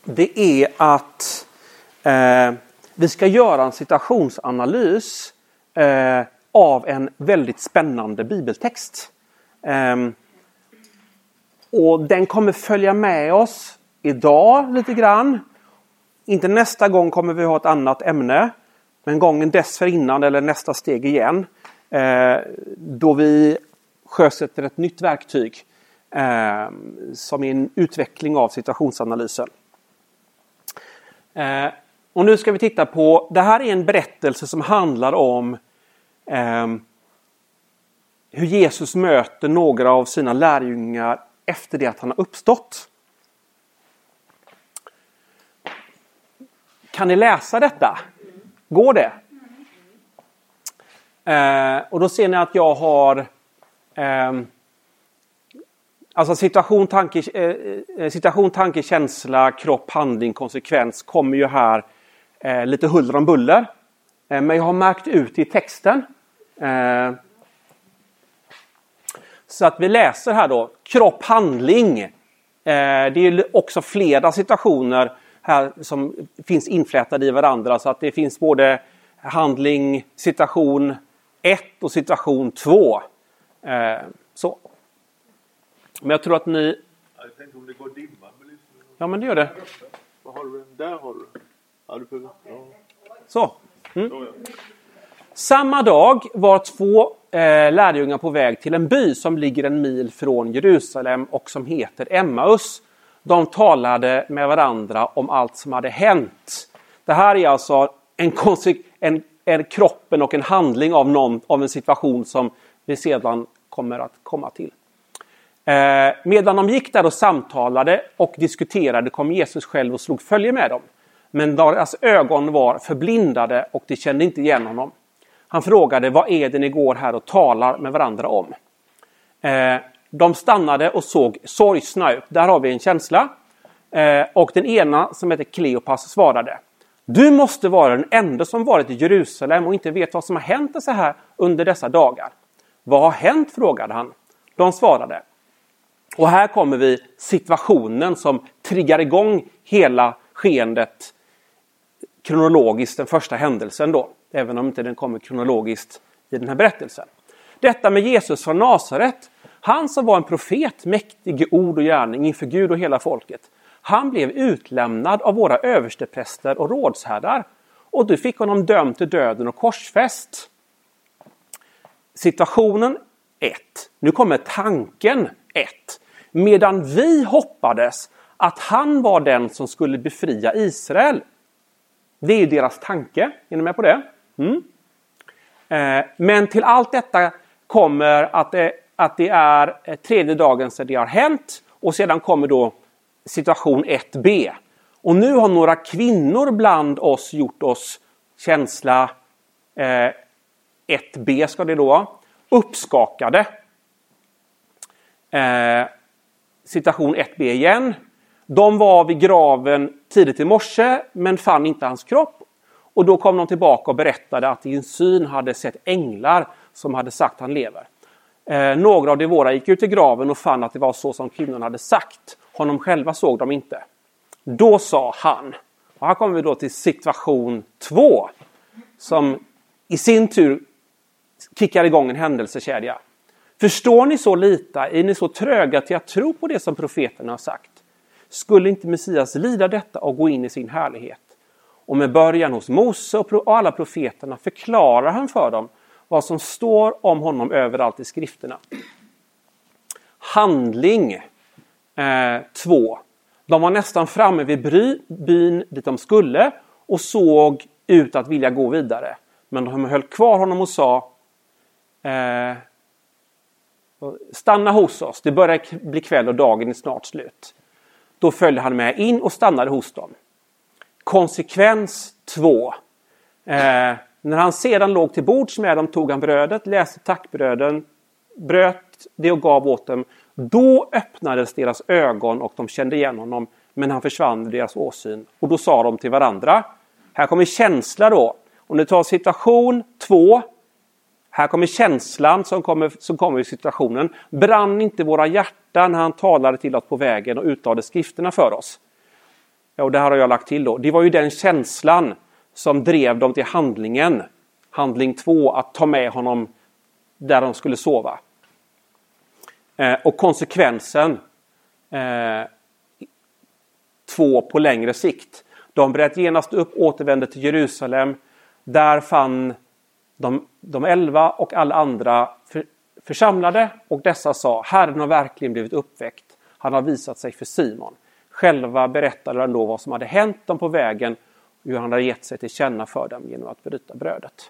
det är att vi ska göra en situationsanalys av en väldigt spännande bibeltext. Och den kommer följa med oss idag lite grann. Inte nästa gång kommer vi ha ett annat ämne. Men gången dessförinnan eller nästa steg igen. Då vi sjösätter ett nytt verktyg. Som är en utveckling av situationsanalysen. Och nu ska vi titta på, det här är en berättelse som handlar om hur Jesus möter några av sina lärjungar efter det att han har uppstått. Kan ni läsa detta? Går det? Och då ser ni att jag har alltså situation, tanke, känsla, kropp, handling, konsekvens kommer ju här lite huller om buller. Men jag har märkt ut i texten. Så att vi läser här då. Kropp, handling. Det är också flera situationer här som finns inflätade i varandra. Så att det finns både handling, situation 1 och situation 2. Så. Men jag tror att ni... Jag tänkte om det går dimma. Ja, men det gör det. Vad har du? Där har du. Ja, du får... Ja. Så. Samma dag var 2 lärjungar på väg till en by som ligger 1 mil från Jerusalem och som heter Emmaus. De talade med varandra om allt som hade hänt. Det här är alltså en kroppen och en handling av en situation som vi sedan kommer att komma till. Medan de gick där och samtalade och diskuterade kom Jesus själv och slog följe med dem. Men deras ögon var förblindade och de kände inte igen honom. Han frågade, vad är det ni går här och talar med varandra om? De stannade och såg sorgsna ut. Där har vi en känsla. Och den ena som heter Kleopas svarade, du måste vara den enda som varit i Jerusalem och inte vet vad som har hänt så här under dessa dagar. Vad har hänt, frågade han. De svarade. Och här kommer vi situationen som triggar igång hela skeendet kronologiskt, den första händelsen då. Även om inte den kommer kronologiskt i den här berättelsen. Detta med Jesus från Nasaret. Han som var en profet, mäktig i ord och gärning inför Gud och hela folket. Han blev utlämnad av våra överstepräster och rådsherrar. Och du fick honom dömd till döden och korsfäst. Situationen 1. Nu kommer tanken 1. Medan vi hoppades att han var den som skulle befria Israel. Det är ju deras tanke. Är ni med på det? Men till allt detta kommer att det är tredje dagen sedan det har hänt. Och sedan kommer då situation 1b. Och nu har några kvinnor bland oss gjort oss känsla 1b ska det då uppskakade. Situation 1b igen. De var vid graven tidigt i morse men fann inte hans kropp. Och då kom de tillbaka och berättade att i en syn hade sett änglar som hade sagt att han lever. Några av de våra gick ut i graven och fann att det var så som kvinnorna hade sagt. Honom själva såg de inte. Då sa han. Och här kommer vi då till situation 2. Som i sin tur kickar igång en händelsekedja. Förstår ni så lite? Är ni så tröga till att tro på det som profeterna har sagt? Skulle inte Messias lida detta och gå in i sin härlighet? Och med början hos Mose och alla profeterna förklarar han för dem vad som står om honom överallt i skrifterna. Handling 2. De var nästan framme vid byn dit de skulle och såg ut att vilja gå vidare. Men de höll kvar honom och sa stanna hos oss, det börjar bli kväll och dagen är snart slut. Då följde han med in och stannade hos dem. Konsekvens 2. När han sedan låg till bords med dem tog han brödet, läste tackbröden, bröt det och gav åt dem. Då öppnades deras ögon och de kände igen honom, men han försvann ur deras åsyn. Och då sa de till varandra, här kommer känsla då. Om du tar situation 2, här kommer känslan som kommer i situationen. Brann inte våra hjärtan när han talade till oss på vägen och utlade skrifterna för oss. och det här har jag lagt till då, det var ju den känslan som drev dem till handlingen. Handling 2, att ta med honom där de skulle sova. Och konsekvensen 2 på längre sikt. De bröt genast upp, återvände till Jerusalem. Där fann de 11 och alla andra församlade, och dessa sa: Herren har verkligen blivit uppväckt. Han har visat sig för Simon. Själva berättade de då vad som hade hänt dem på vägen och hur han hade gett sig till känna för dem genom att bryta brödet.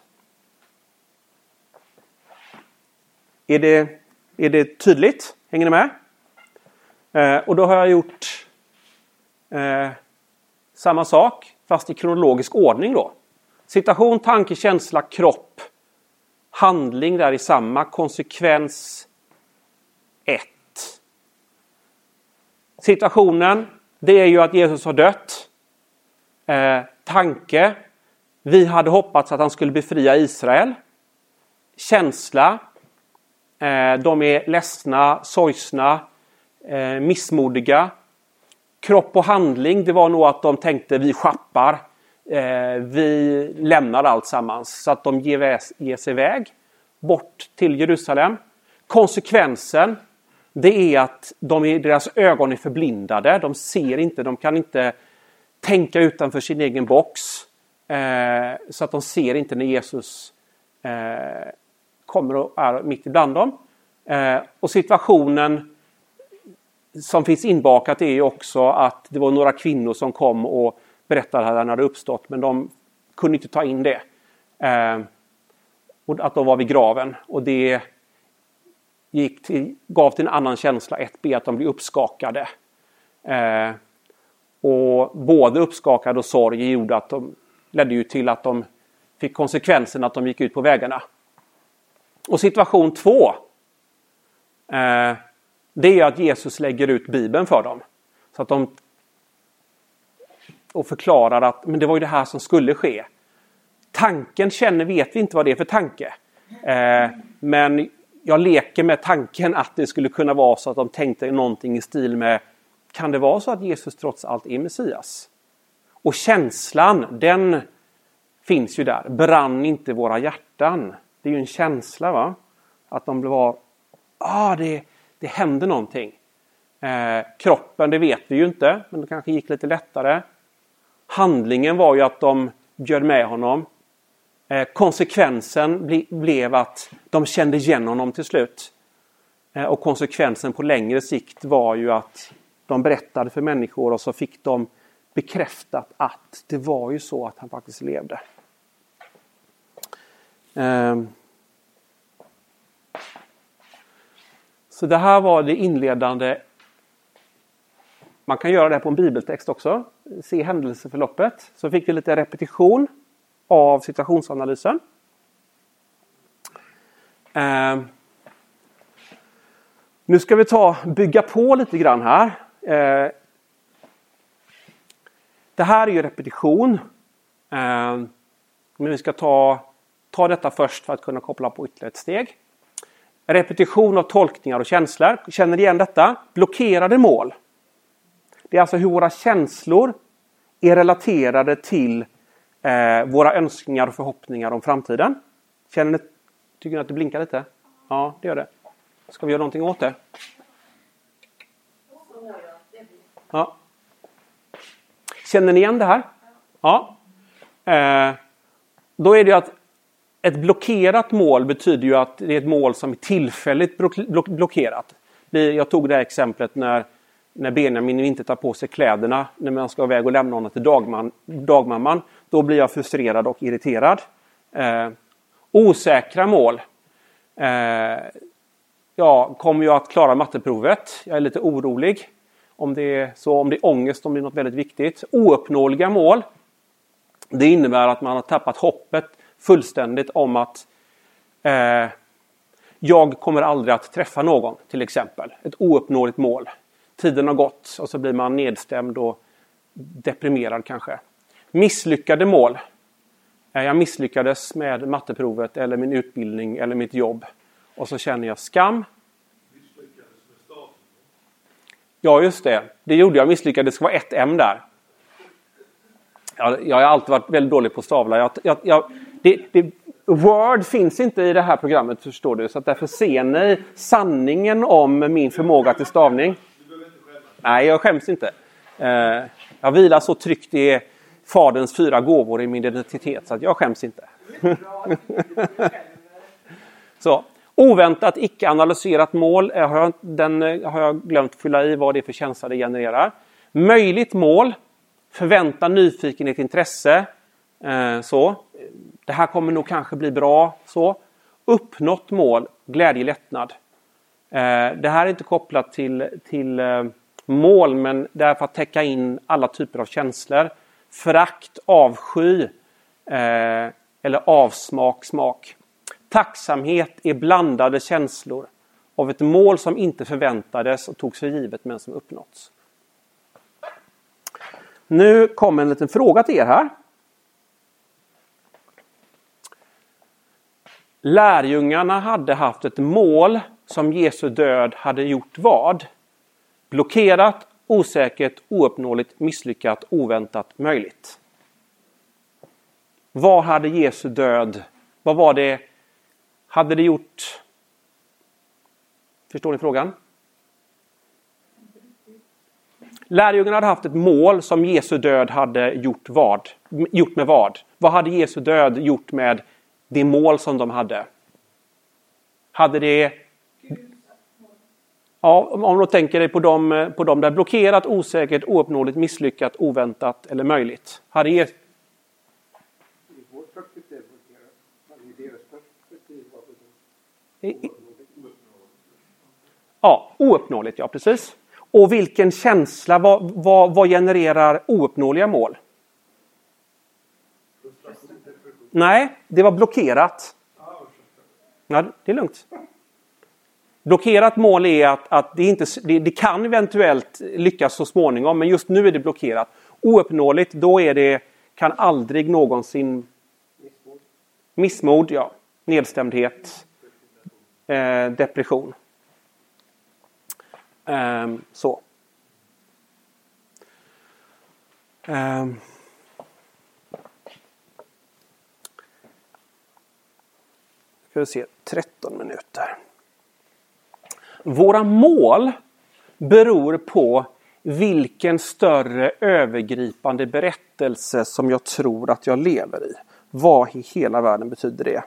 Är det tydligt? Hänger ni med? Och då har jag gjort samma sak, fast i kronologisk ordning då. Situation, tanke, känsla, kropp. Handling där i samma. Konsekvens 1. Situationen, det är ju att Jesus har dött. Tanke, vi hade hoppats att han skulle befria Israel. Känsla, de är ledsna, sorgsna, missmodiga. Kropp och handling, det var nog att de tänkte: vi schappar, vi lämnar allt sammans. Så att de ger sig iväg bort till Jerusalem. Konsekvensen, det är att deras ögon är förblindade. De ser inte, de kan inte tänka utanför sin egen box. Så att de ser inte när Jesus kommer och är mitt ibland dem. Och situationen som finns inbakat är ju också att det var några kvinnor som kom och berättade att han hade uppstått, men de kunde inte ta in det. Och att de var vid graven. Och det gav till en annan känsla, 1b, att de blev uppskakade. Och både uppskakade och sorg gjorde att ledde ju till att de fick konsekvensen att de gick ut på vägarna. Och situation 2, det är att Jesus lägger ut Bibeln för dem. Så att och förklarar att men det var ju det här som skulle ske. Tanken vet vi inte vad det är för tanke. Men jag leker med tanken att det skulle kunna vara så att de tänkte någonting i stil med: kan det vara så att Jesus trots allt är Messias? Och känslan, den finns ju där. Brann inte våra hjärtan? Det är ju en känsla, va? Att de var, det hände någonting. Kroppen, det vet vi ju inte, men det kanske gick lite lättare. Handlingen var ju att de bjöd med honom. Konsekvensen blev att de kände igen honom till slut. Och konsekvensen på längre sikt var ju att de berättade för människor och så fick de bekräftat att det var ju så att han faktiskt levde. Så det här var det inledande. Man kan göra det på en bibeltext också. Se händelseförloppet. Så fick vi lite repetition av situationsanalysen. Nu ska vi bygga på lite grann här. Det här är ju repetition. Men vi ska ta detta först för att kunna koppla på ytterligare ett steg. Repetition av tolkningar och känslor. Känner igen detta? Blockerade mål. Det är alltså hur våra känslor är till våra önskningar och förhoppningar om framtiden. Tycker ni att det blinkar lite? Ja, det gör det. Ska vi göra någonting åt det? Ja. Känner ni igen det här? Ja. Då är det ju att ett blockerat mål betyder ju att det är ett mål som är tillfälligt blockerat. Jag tog det här exemplet när Benjamin inte tar på sig kläderna när man ska iväg och lämna honom till dagmamman. Då blir jag frustrerad och irriterad. Osäkra mål. Jag kommer ju att klara matteprovet. Jag är lite orolig. Om det är ångest, om det är något väldigt viktigt. Ouppnåeliga mål. Det innebär att man har tappat hoppet fullständigt om att jag kommer aldrig att träffa någon, till exempel. Ett ouppnåeligt mål. Tiden har gått och så blir man nedstämd och deprimerad kanske. Misslyckade mål. Jag misslyckades med matteprovet eller min utbildning eller mitt jobb. Och så känner jag skam. Ja, just det. Det gjorde jag. Misslyckades. Det var ett M där. Jag har alltid varit väldigt dålig på att stavla. Word finns inte i det här programmet, förstår du. Så att därför ser ni sanningen om min förmåga till stavning. Nej, jag skäms inte. Jag vilar så tryggt i faderns 4 gåvor i min identitet så att jag skäms inte. Så, oväntat icke-analyserat mål. Den har jag glömt fylla i vad det är för känsla det genererar. Möjligt mål. Förvänta, nyfikenhet, intresse. Så. Det här kommer nog kanske bli bra. Så. Uppnått mål. Glädje, lättnad. Det här är inte kopplat till mål, men det är för att täcka in alla typer av känslor. Förakt, avsky eller avsmak, smak. Tacksamhet är blandade känslor av ett mål som inte förväntades och togs för givet men som uppnåtts. Nu kommer en liten fråga till er här. Lärjungarna hade haft ett mål som Jesu död hade gjort vad? Blockerat, osäkert, ouppnåeligt, misslyckat, oväntat, möjligt. Vad hade Jesu död? Vad var det? Hade det gjort? Förstår ni frågan? Lärjungarna hade haft ett mål som Jesu död hade gjort vad? Gjort med vad? Vad hade Jesu död gjort med det mål som de hade? Hade det... Ja, om du tänker dig på dem där blockerat, osäkert, ouppnåeligt, misslyckat, oväntat eller möjligt. Hade det... Ja, ouppnåeligt, ja precis. Och vilken känsla, vad genererar ouppnåeliga mål? Nej, det var blockerat. Ja, det är lugnt. Blockerat mål är att det kan eventuellt lyckas så småningom, men just nu är det blockerat. Ouppnåeligt, då är det, kan aldrig någonsin... Missmod, ja. Nedstämdhet. Depression. Så. Ska vi se, 13 minuter. Våra mål beror på vilken större övergripande berättelse som jag tror att jag lever i. Vad i hela världen betyder det?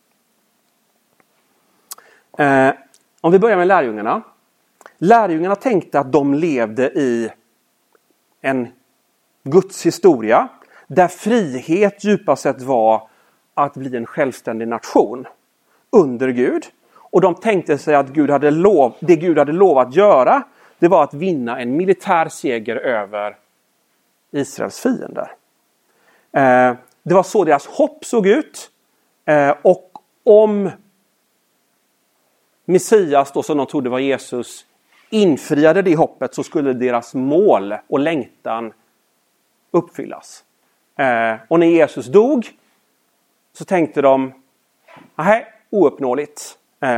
Om vi börjar med lärjungarna. Lärjungarna tänkte att de levde i en Guds historia där frihet djupast sett var att bli en självständig nation under Gud. Och de tänkte sig att Gud hade lovat göra, det var att vinna en militär seger över Israels fiender. Det var så deras hopp såg ut. Och om Messias, då, som de trodde var Jesus, infriade det hoppet, så skulle deras mål och längtan uppfyllas. Och när Jesus dog så tänkte de, nej, ouppnåeligt.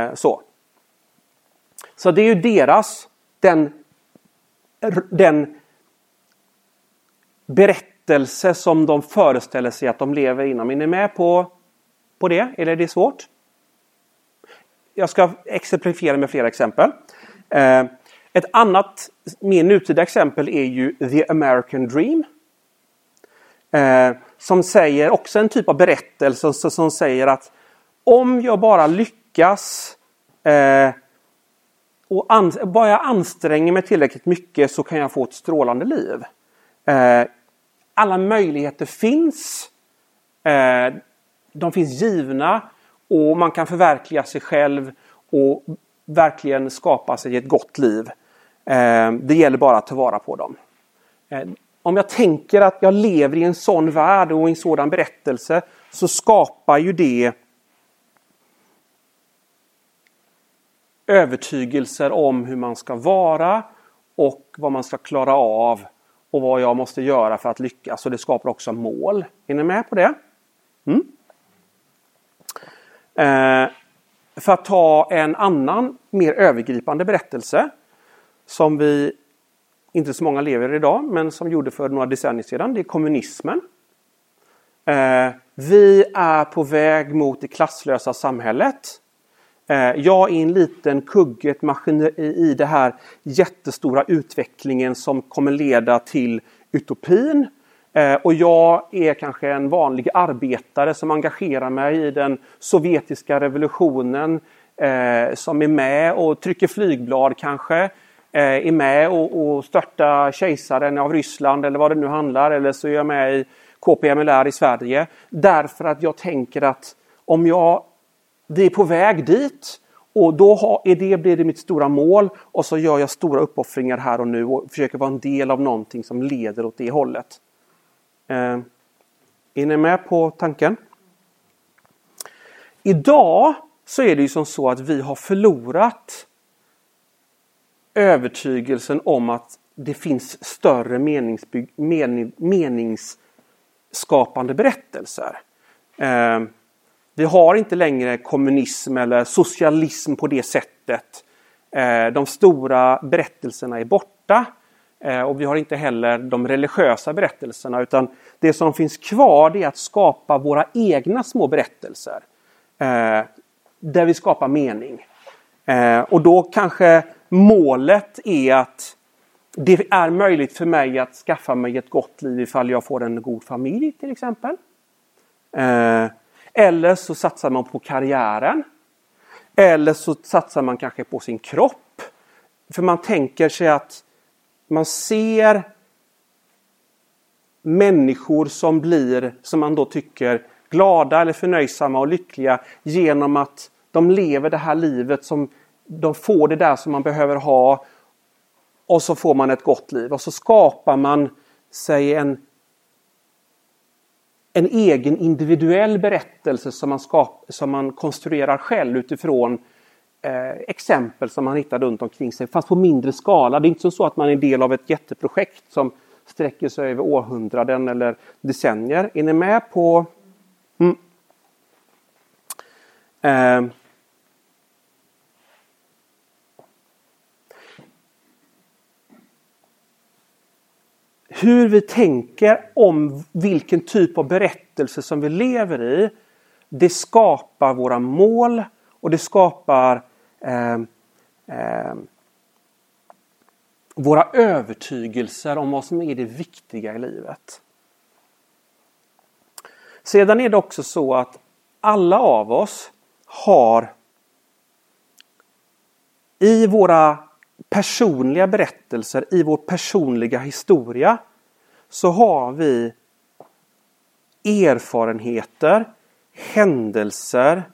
Så det är ju deras, den berättelse som de föreställer sig att de lever inom. Är ni med på det? Eller är det svårt? Jag ska exemplifiera med flera exempel. Ett annat mer nutida exempel är ju The American Dream. Som säger också en typ av berättelse som säger att om jag bara lyckas och bara jag anstränger mig tillräckligt mycket så kan jag få ett strålande liv. Alla möjligheter finns. De finns givna och man kan förverkliga sig själv och verkligen skapa sig ett gott liv. Det gäller bara att ta vara på dem. Om jag tänker att jag lever i en sån värld och en sådan berättelse, så skapar ju det övertygelser om hur man ska vara och vad man ska klara av och vad jag måste göra för att lyckas. Så det skapar också mål. Är ni med på det? För att ta en annan mer övergripande berättelse som vi inte så många lever i idag, men som gjorde för några decennier sedan, det är kommunismen. Vi är på väg mot det klasslösa samhället. Jag är en liten kugge, ett maskineri i det här jättestora utvecklingen som kommer leda till utopin. Och jag är kanske en vanlig arbetare som engagerar mig i den sovjetiska revolutionen. Som är med och trycker flygblad kanske. Är med och störtar kejsaren av Ryssland eller vad det nu handlar. Eller så är jag med i KPMLR i Sverige. Därför att jag tänker att om vi är på väg dit och då blir det mitt stora mål och så gör jag stora uppoffringar här och nu och försöker vara en del av någonting som leder åt det hållet. Är ni med på tanken? Idag så är det ju som så att vi har förlorat övertygelsen om att det finns större meningsskapande berättelser. Vi har inte längre kommunism eller socialism på det sättet. De stora berättelserna är borta. Och vi har inte heller de religiösa berättelserna. Utan det som finns kvar är att skapa våra egna små berättelser. Där vi skapar mening. Och då kanske målet är att det är möjligt för mig att skaffa mig ett gott liv ifall jag får en god familj till exempel. Eller så satsar man på karriären. Eller så satsar man kanske på sin kropp. För man tänker sig att man ser människor som man då tycker glada eller förnöjsamma och lyckliga genom att de lever det här livet som de får det där som man behöver ha och så får man ett gott liv och så skapar man sig en egen individuell berättelse som man konstruerar själv utifrån exempel som man hittar runt omkring sig fast på mindre skala. Det är inte så att man är en del av ett jätteprojekt som sträcker sig över århundraden eller decennier. Är ni med på hur vi tänker om vilken typ av berättelse som vi lever i, det skapar våra mål och det skapar våra övertygelser om vad som är det viktiga i livet. Sedan är det också så att alla av oss har i våra personliga berättelser, i vår personliga historia, så har vi erfarenheter, händelser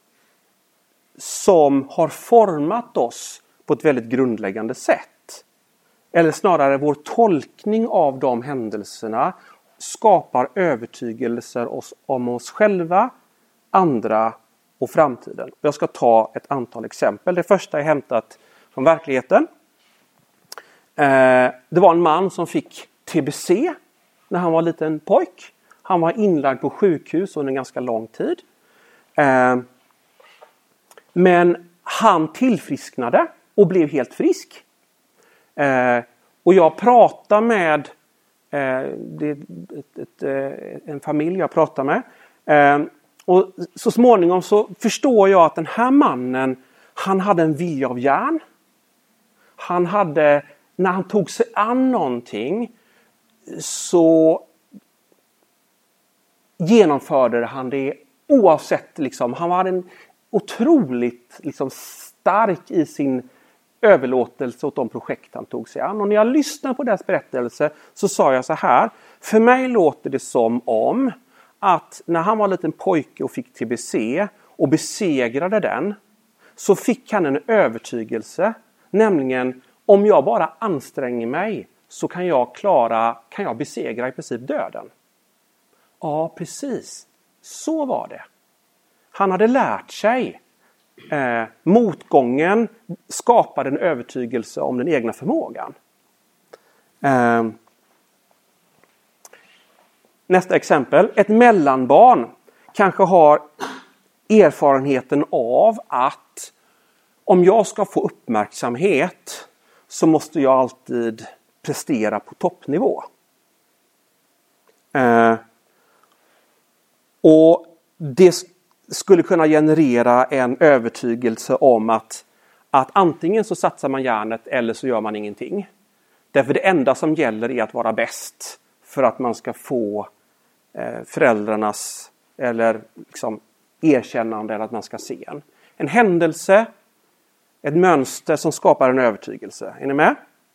som har format oss på ett väldigt grundläggande sätt. Eller snarare vår tolkning av de händelserna skapar övertygelser om oss själva, andra och framtiden. Jag ska ta ett antal exempel. Det första är hämtat från verkligheten. Det var en man som fick TBC när han var en liten pojk. Han var inlagd på sjukhus under en ganska lång tid. Men han tillfrisknade och blev helt frisk. Och jag pratade med en familj jag pratade med. Och så småningom så förstår jag att den här mannen, han hade en vilja av järn. Han hade, när han tog sig an någonting så genomförde han det oavsett liksom. Han var en otroligt liksom stark i sin överlåtelse åt de projekt han tog sig an. Och när jag lyssnade på deras berättelse så sa jag så här. För mig låter det som om att när han var en liten pojke och fick TBC och besegrade den så fick han en övertygelse. Nämligen om jag bara anstränger mig så kan jag besegra i princip döden. Ja, precis. Så var det. Han hade lärt sig. Motgången skapade en övertygelse om den egna förmågan. Nästa exempel. Ett mellanbarn kanske har erfarenheten av att om jag ska få uppmärksamhet så måste jag alltid prestera på toppnivå. Och det skulle kunna generera en övertygelse om att antingen så satsar man järnet eller så gör man ingenting. Därför det enda som gäller är att vara bäst för att man ska få föräldrarnas eller liksom erkännande eller att man ska se en händelse, ett mönster som skapar en övertygelse. Är ni med?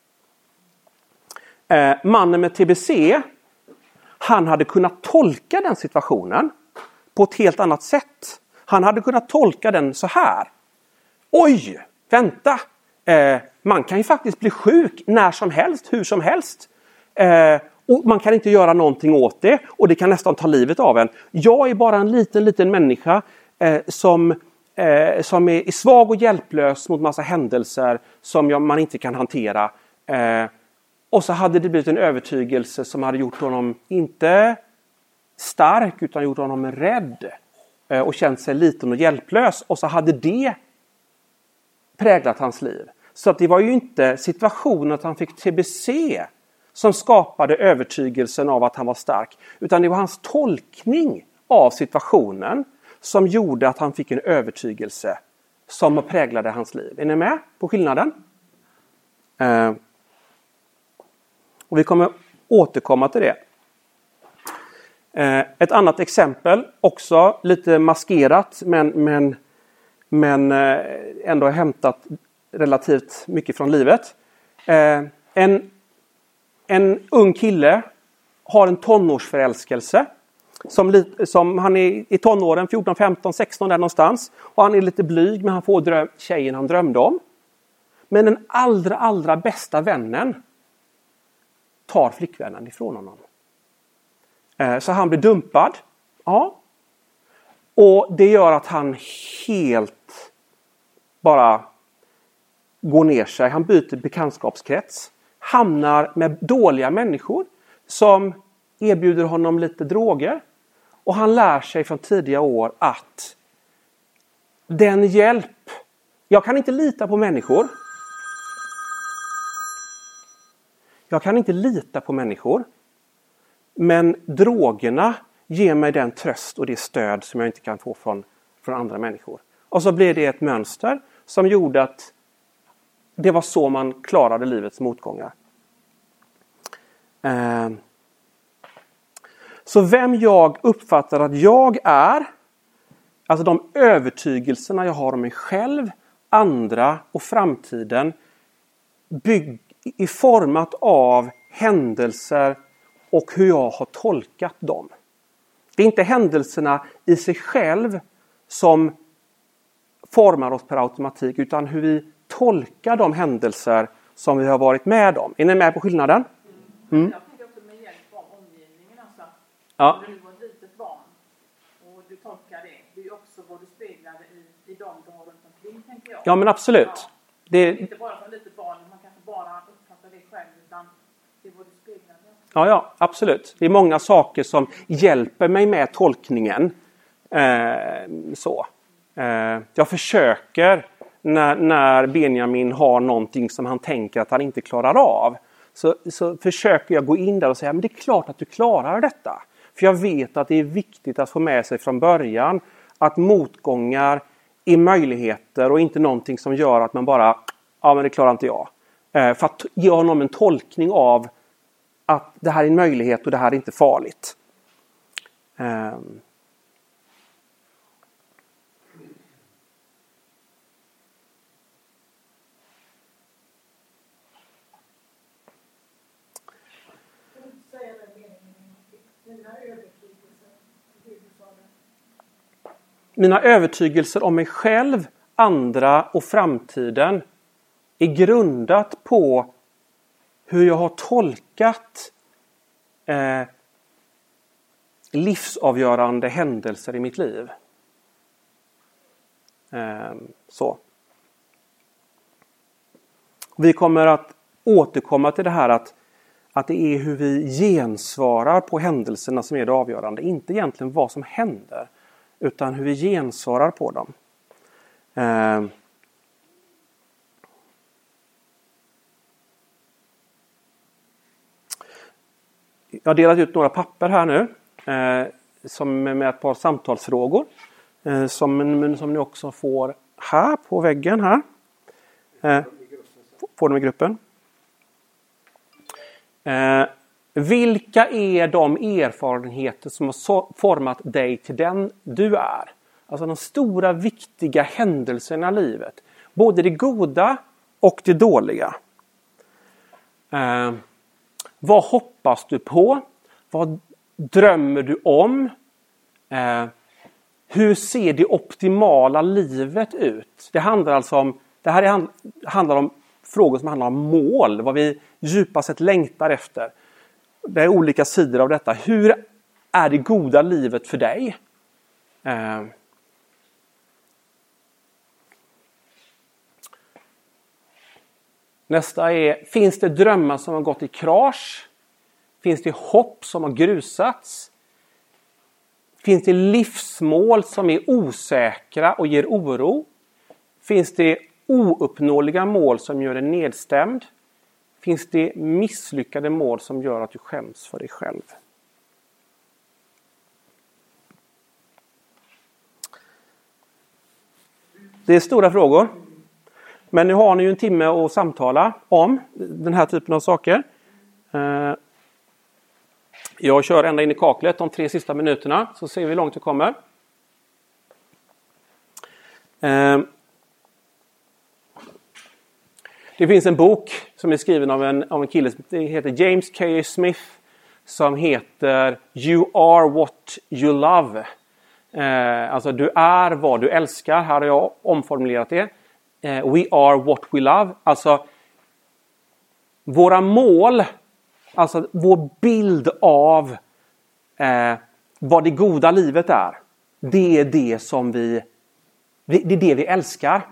Mannen med TBC, han hade kunnat tolka den situationen på ett helt annat sätt. Han hade kunnat tolka den så här. Oj, vänta. Man kan ju faktiskt bli sjuk när som helst, hur som helst. Och man kan inte göra någonting åt det. Och det kan nästan ta livet av en. Jag är bara en liten människa som är svag och hjälplös mot massa händelser som man inte kan hantera. Och så hade det blivit en övertygelse som hade gjort honom inte stark utan gjort honom rädd. Och känt sig liten och hjälplös. Och så hade det präglat hans liv. Så att det var ju inte situationen att han fick TBC som skapade övertygelsen av att han var stark. Utan det var hans tolkning av situationen som gjorde att han fick en övertygelse som präglade hans liv. Är ni med på skillnaden? Och vi kommer återkomma till det. Ett annat exempel, också lite maskerat men ändå hämtat relativt mycket från livet. En ung kille har en tonårsförälskelse som han är i tonåren, 14, 15, 16 där någonstans. Och han är lite blyg men han får tjejen han drömde om. Men den allra bästa vännen tar flickvännen ifrån honom. Så han blir dumpad. Ja. Och det gör att han helt bara går ner sig. Han byter bekantskapskrets. Hamnar med dåliga människor som erbjuder honom lite droger. Och han lär sig från tidiga år att den hjälp. Jag kan inte lita på människor. Jag kan inte lita på människor. Men drogerna ger mig den tröst och det stöd som jag inte kan få från andra människor. Och så blev det ett mönster som gjorde att det var så man klarade livets motgångar. Så vem jag uppfattar att jag är, alltså de övertygelserna jag har om mig själv, andra och framtiden, är format av händelser och hur jag har tolkat dem. Det är inte händelserna i sig själv som formar oss per automatik, utan hur vi tolkar de händelser som vi har varit med om. Är ni med på skillnaden? Jag tänker också med hjälp av omgivningen. Alltså. Ja. När du var ett litet barn och du tolkar det. Det är ju också vad du speglade i dem du har runt omkring, tänker jag. Ja, men absolut. Ja. Det... Inte bara som litet barn, man kanske bara uppfattar det själv, utan det är vad du speglade. Ja, absolut. Det är många saker som hjälper mig med tolkningen. Jag försöker när Benjamin har någonting som han tänker att han inte klarar av. Så försöker jag gå in där och säga, men det är klart att du klarar detta. För jag vet att det är viktigt att få med sig från början att motgångar är möjligheter och inte någonting som gör att man bara, ja men det klarar inte jag. För att ge honom en tolkning av att det här är en möjlighet och det här är inte farligt. Mina övertygelser om mig själv, andra och framtiden är grundat på hur jag har tolkat livsavgörande händelser i mitt liv. Så. Vi kommer att återkomma till det här att det är hur vi gensvarar på händelserna som är det avgörande. Inte egentligen vad som händer, utan hur vi gensvarar på dem. Jag har delat ut några papper här nu. som med ett par samtalsfrågor. Som ni också får här på väggen här. Får de i gruppen. Vilka är de erfarenheter som har format dig till den du är? Alltså de stora viktiga händelserna i livet. Både det goda och det dåliga. Vad hoppas du på? Vad drömmer du om? Hur ser det optimala livet ut? Det här handlar om frågor som handlar om mål. Vad vi djupast sett längtar efter. Det är olika sidor av detta. Hur är det goda livet för dig? Nästa är, finns det drömmar som har gått i krasch? Finns det hopp som har grusats? Finns det livsmål som är osäkra och ger oro? Finns det ouppnåeliga mål som gör dig nedstämd? Finns det misslyckade mål som gör att du skäms för dig själv? Det är stora frågor. Men nu har ni ju en timme att samtala om den här typen av saker. Jag kör ända in i kaklet de 3 sista minuterna. Så ser vi hur långt det kommer. Det finns en bok som är skriven av en kille som heter James K. Smith. Som heter You are what you love. Alltså du är vad du älskar. Här har jag omformulerat det. We are what we love. Alltså våra mål. Alltså vår bild av vad det goda livet är. Det är det som det är det vi älskar.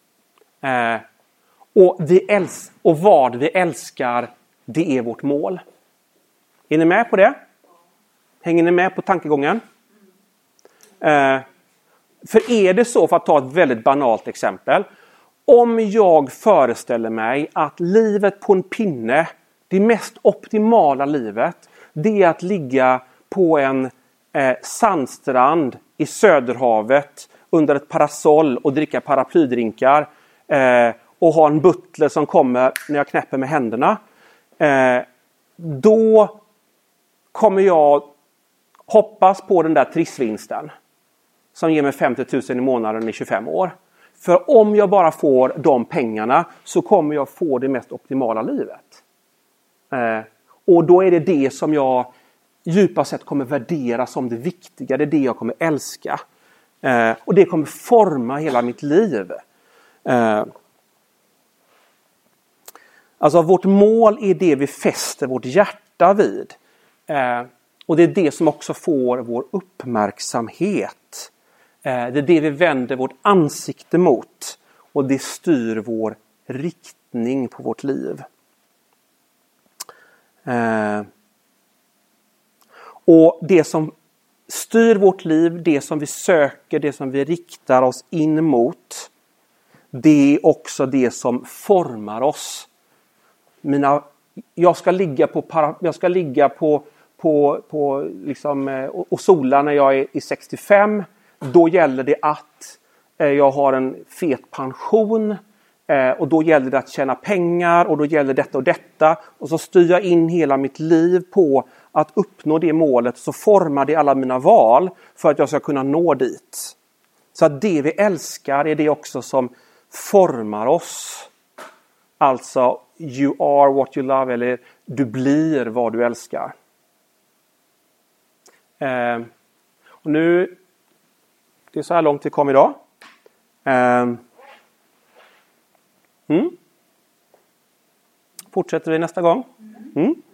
Och vad vi älskar, det är vårt mål. Är ni med på det? Hänger ni med på tankegången? För är det så, för att ta ett väldigt banalt exempel. Om jag föreställer mig att livet på en pinne, det mest optimala livet, det är att ligga på en sandstrand i Söderhavet under ett parasoll och dricka paraplydrinkar och ha en butler som kommer när jag knäpper med händerna. Då kommer jag hoppas på den där trissvinsten som ger mig 50 000 i månaden i 25 år. För om jag bara får de pengarna så kommer jag få det mest optimala livet. Och då är det som jag djupast sett kommer värdera som det viktiga. Det är det jag kommer älska. Och det kommer forma hela mitt liv. Alltså vårt mål är det vi fäster vårt hjärta vid. Och det är det som också får vår uppmärksamhet. Det är det vi vänder vårt ansikte mot. Och det styr vår riktning på vårt liv. Och det som styr vårt liv, det som vi söker, det som vi riktar oss in mot, det är också det som formar oss. Jag ska ligga och sola när jag är 65. Då gäller det att jag har en fet pension. Och då gäller det att tjäna pengar. Och då gäller detta och detta. Och så styr jag in hela mitt liv på att uppnå det målet. Så formar det alla mina val för att jag ska kunna nå dit. Så att det vi älskar är det också som formar oss. Alltså, you are what you love. Eller du blir vad du älskar. Och nu, det är så här långt vi kom idag. Fortsätter vi nästa gång.